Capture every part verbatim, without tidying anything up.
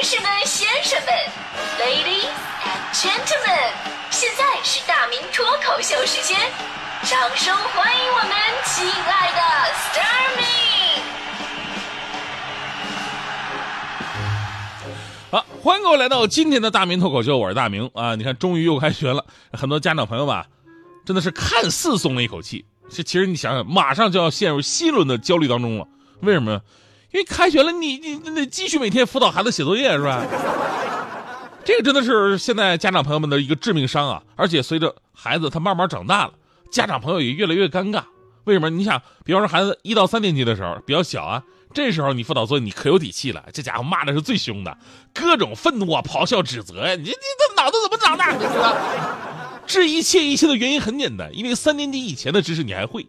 士们、先生们 ，Ladies and Gentlemen， 现在是大明脱口秀时间，掌声欢迎我们亲爱的 Starmin。 好，欢迎各位来到今天的大明脱口秀，我是大明啊！你看，终于又开学了，很多家长朋友吧，真的是看似松了一口气，是其实你想想，马上就要陷入新一轮的焦虑当中了。为什么呢？因为开学了，你你你得继续每天辅导孩子写作业，是吧？这个真的是现在家长朋友们的一个致命伤啊！而且随着孩子他慢慢长大了，家长朋友也越来越尴尬。为什么？你想，比方说孩子一到三年级的时候比较小啊，这时候你辅导作业你可有底气了，这家伙骂的是最凶的，各种愤怒啊、咆哮、指责呀，你你这脑子怎么长大的？是吧？这一切一切的原因很简单，因为三年级以前的知识你还会。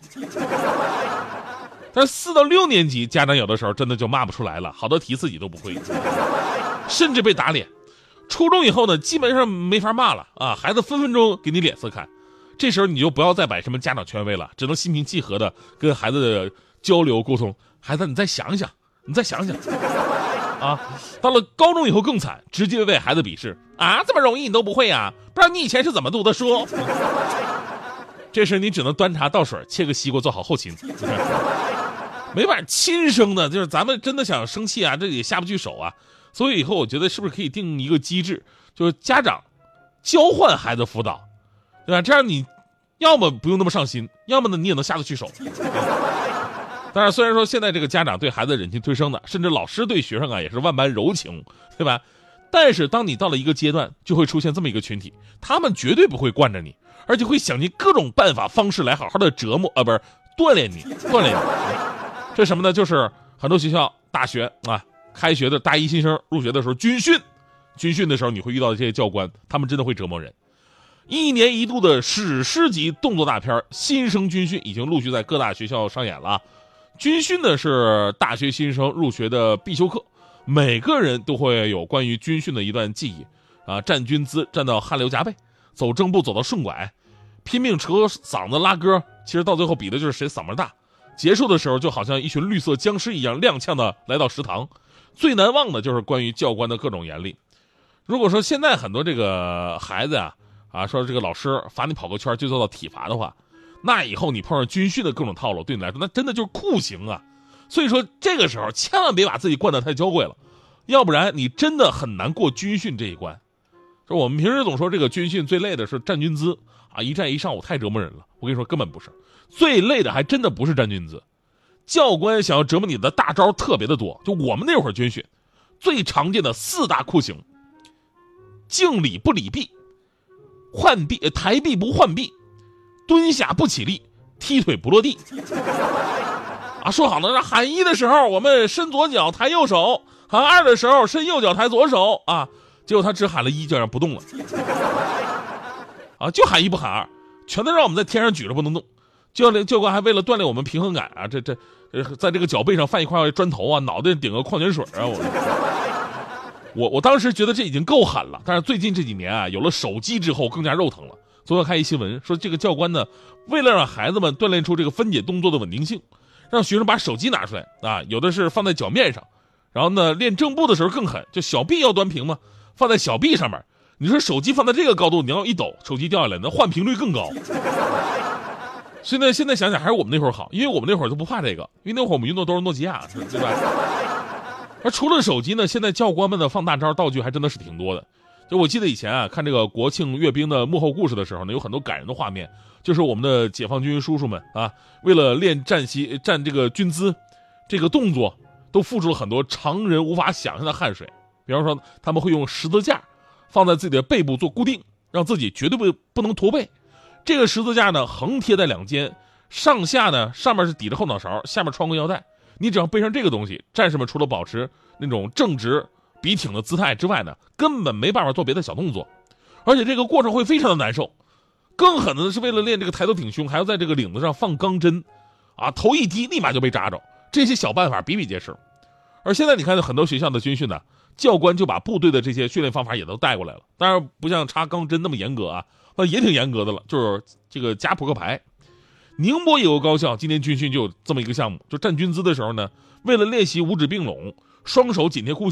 但四到六年级，家长有的时候真的就骂不出来了，好多题自己都不会，甚至被打脸。初中以后呢，基本上没法骂了啊，孩子分分钟给你脸色看。这时候你就不要再摆什么家长权威了，只能心平气和的跟孩子的交流沟通。孩子，你再想想，你再想想，啊，到了高中以后更惨，直接被孩子鄙视啊，这么容易你都不会啊？不知道你以前是怎么读的书？这时你只能端茶倒水，切个西瓜做好后勤。没办法，亲生的，就是咱们真的想生气啊，这也下不去手啊。所以以后我觉得是不是可以定一个机制，就是家长交换孩子辅导，对吧？这样你要么不用那么上心，要么呢你也能下得去手。当然，虽然说现在这个家长对孩子忍气吞声的，甚至老师对学生啊也是万般柔情，对吧？但是当你到了一个阶段，就会出现这么一个群体，他们绝对不会惯着你，而且会想尽各种办法方式来好好的折磨啊，不是锻炼你，锻炼你。这什么呢？就是很多学校大学啊，开学的大一新生入学的时候军训，军训的时候你会遇到这些教官，他们真的会折磨人。一年一度的史诗级动作大片《新生军训》已经陆续在各大学校上演了。军训呢是大学新生入学的必修课，每个人都会有关于军训的一段记忆啊，站军姿站到汗流浃背，走正步走到顺拐，拼命扯嗓子拉歌，其实到最后比的就是谁嗓门大。结束的时候就好像一群绿色僵尸一样踉跄的来到食堂。最难忘的就是关于教官的各种严厉。如果说现在很多这个孩子呀 啊, 啊说这个老师罚你跑个圈就做到体罚的话，那以后你碰上军训的各种套路，对你来说那真的就是酷刑啊。所以说这个时候千万别把自己惯得太娇贵了，要不然你真的很难过军训这一关。说我们平时总说这个军训最累的是站军姿啊，一站一上午太折磨人了。我跟你说根本不是，最累的还真的不是站军姿，教官想要折磨你的大招特别的多。就我们那会儿军训最常见的四大酷刑：敬礼不礼臂，换臂抬臂不换臂，蹲下不起立，踢腿不落地。啊，说好了让喊一的时候我们伸左脚抬右手，喊二的时候伸右脚抬左手啊，结果他只喊了一就这样不动了。啊，就喊一不喊二，全都让我们在天上举着不能动。教练教官还为了锻炼我们平衡感啊，这这呃，在这个脚背上放一块砖头啊，脑袋顶个矿泉水啊，我我我当时觉得这已经够狠了。但是最近这几年啊，有了手机之后更加肉疼了。昨天看一新闻说，这个教官呢，为了让孩子们锻炼出这个分解动作的稳定性，让学生把手机拿出来啊，有的是放在脚面上，然后呢练正步的时候更狠，就小臂要端平嘛，放在小臂上面。你说手机放在这个高度，你要一抖，手机掉下来，那换频率更高。所以呢，现在想想还是我们那会儿好，因为我们那会儿都不怕这个，因为那会儿我们用的都是诺基亚，对吧？而除了手机呢，现在教官们的放大招道具还真的是挺多的。就我记得以前啊，看这个国庆阅兵的幕后故事的时候呢，有很多感人的画面，就是我们的解放军叔叔们啊，为了练站习站这个军姿，这个动作都付出了很多常人无法想象的汗水。比方说，他们会用十字架放在自己的背部做固定，让自己绝对不不能驼背。这个十字架呢，横贴在两肩，上下呢，上面是抵着后脑勺，下面穿个腰带。你只要背上这个东西，战士们除了保持那种正直笔挺的姿态之外呢，根本没办法做别的小动作，而且这个过程会非常的难受。更狠的是，为了练这个抬头挺胸，还要在这个领子上放钢针，啊，头一低立马就被扎着。这些小办法比比皆是。而现在你看很多学校的军训呢，教官就把部队的这些训练方法也都带过来了，当然不像插钢针那么严格啊，也挺严格的了，就是这个夹扑克牌。宁波有个高校今年军训就有这么一个项目，就站军姿的时候呢，为了练习五指并拢，双手紧贴裤线，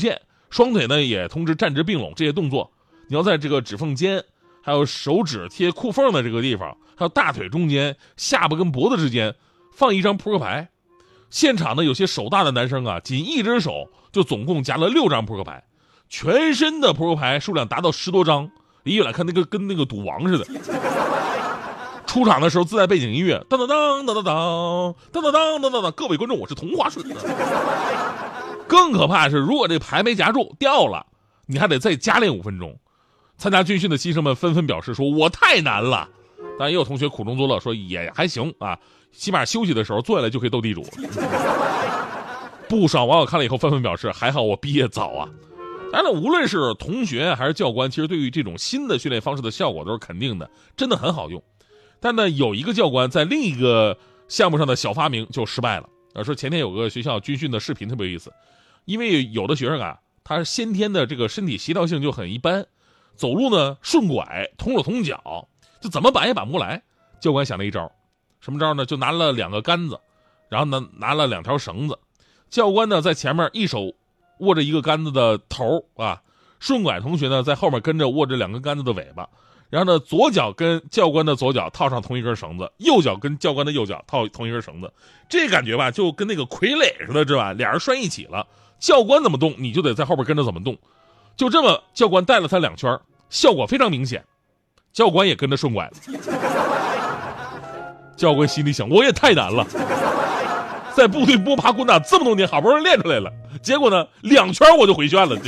双腿呢也同时站直并拢，这些动作你要在这个指缝间，还有手指贴裤缝的这个地方，还有大腿中间、下巴跟脖子之间放一张扑克牌。现场呢有些手大的男生啊，仅一只手就总共夹了六张扑克牌，全身的扑克牌数量达到十多张，一来看那个跟那个赌王似的。出场的时候自带背景音乐，当当当当当当当当当当当当，各位观众，我是同花顺。更可怕的是，如果这牌没夹住掉了，你还得再加练五分钟。参加军训的新生们纷纷表示说：“我太难了。”当然也有同学苦中作乐，说也还行啊，起码休息的时候坐下来就可以斗地主。不少网友看了以后纷纷表示：“还好我毕业早啊。”当然了，无论是同学还是教官，其实对于这种新的训练方式的效果都是肯定的，真的很好用。但呢，有一个教官在另一个项目上的小发明就失败了。呃，说前天有个学校军训的视频特别有意思，因为有的学生啊，他先天的这个身体协调性就很一般，走路呢顺拐，同手同脚，就怎么板也板不过来。教官想了一招，什么招呢？就拿了两个杆子，然后呢拿了两条绳子，教官呢在前面一手握着一个杆子的头啊，顺拐同学呢在后面跟着握着两根杆子的尾巴。然后呢，左脚跟教官的左脚套上同一根绳子，右脚跟教官的右脚套同一根绳子，这感觉吧，就跟那个傀儡似的，是吧？俩人拴一起了，教官怎么动，你就得在后边跟着怎么动。就这么，教官带了他两圈，效果非常明显，教官也跟着顺拐了。教官心里想，我也太难了，在部队摸爬滚打这么多年，好不容易练出来了，结果呢，两圈我就回旋了。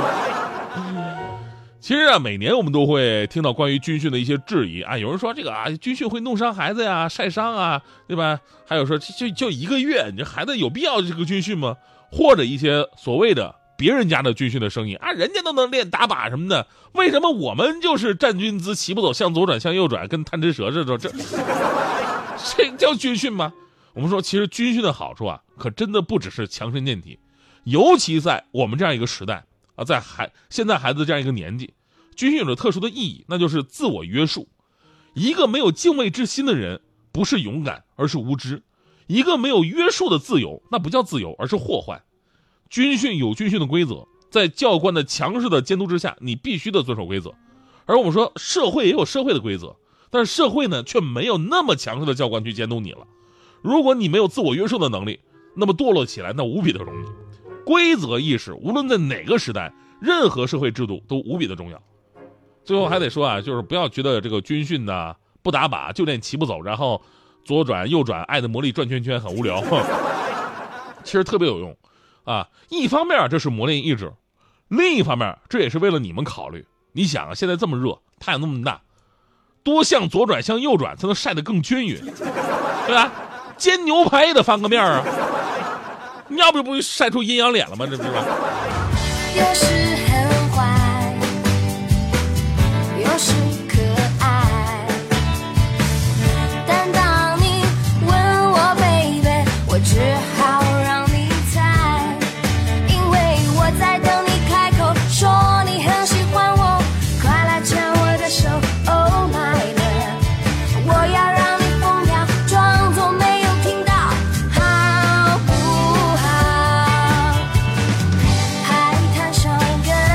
其实啊，每年我们都会听到关于军训的一些质疑啊，有人说这个啊，军训会弄伤孩子呀，晒伤啊，对吧？还有说就就一个月，你这孩子有必要这个军训吗？或者一些所谓的别人家的军训的声音啊，人家都能练打靶什么的，为什么我们就是站军姿，齐步走，向左转向右转，跟贪吃蛇似的？这这叫军训吗？我们说，其实军训的好处啊，可真的不只是强身健体，尤其在我们这样一个时代。啊，在孩现在孩子这样一个年纪，军训有着特殊的意义，那就是自我约束。一个没有敬畏之心的人，不是勇敢，而是无知；一个没有约束的自由，那不叫自由，而是祸患。军训有军训的规则，在教官的强势的监督之下，你必须得遵守规则。而我们说，社会也有社会的规则，但是社会呢，却没有那么强势的教官去监督你了。如果你没有自我约束的能力，那么堕落起来那无比的容易。规则意识无论在哪个时代，任何社会制度都无比的重要。最后还得说啊，就是不要觉得这个军训呢不打靶就练齐步走，然后左转右转，爱的魔力转圈圈很无聊。其实特别有用啊！一方面这是磨练意志，另一方面这也是为了你们考虑。你想啊，现在这么热，太阳那么大，多向左转向右转才能晒得更均匀，对吧？煎牛排也得翻个面啊！你要不不晒出阴阳脸了吗？这不是吧？ 有时很坏，有时可爱，但当你问我 baby， 我只好让你猜，因为我在等你开口说你很喜欢我，快来牵我的手 Oh my love， 我要让你疯掉，装作没有听到，好不好？海滩上跟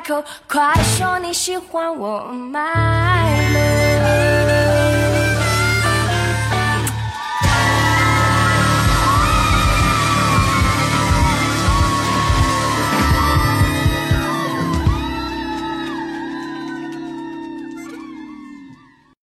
口，快说你喜欢我，my love。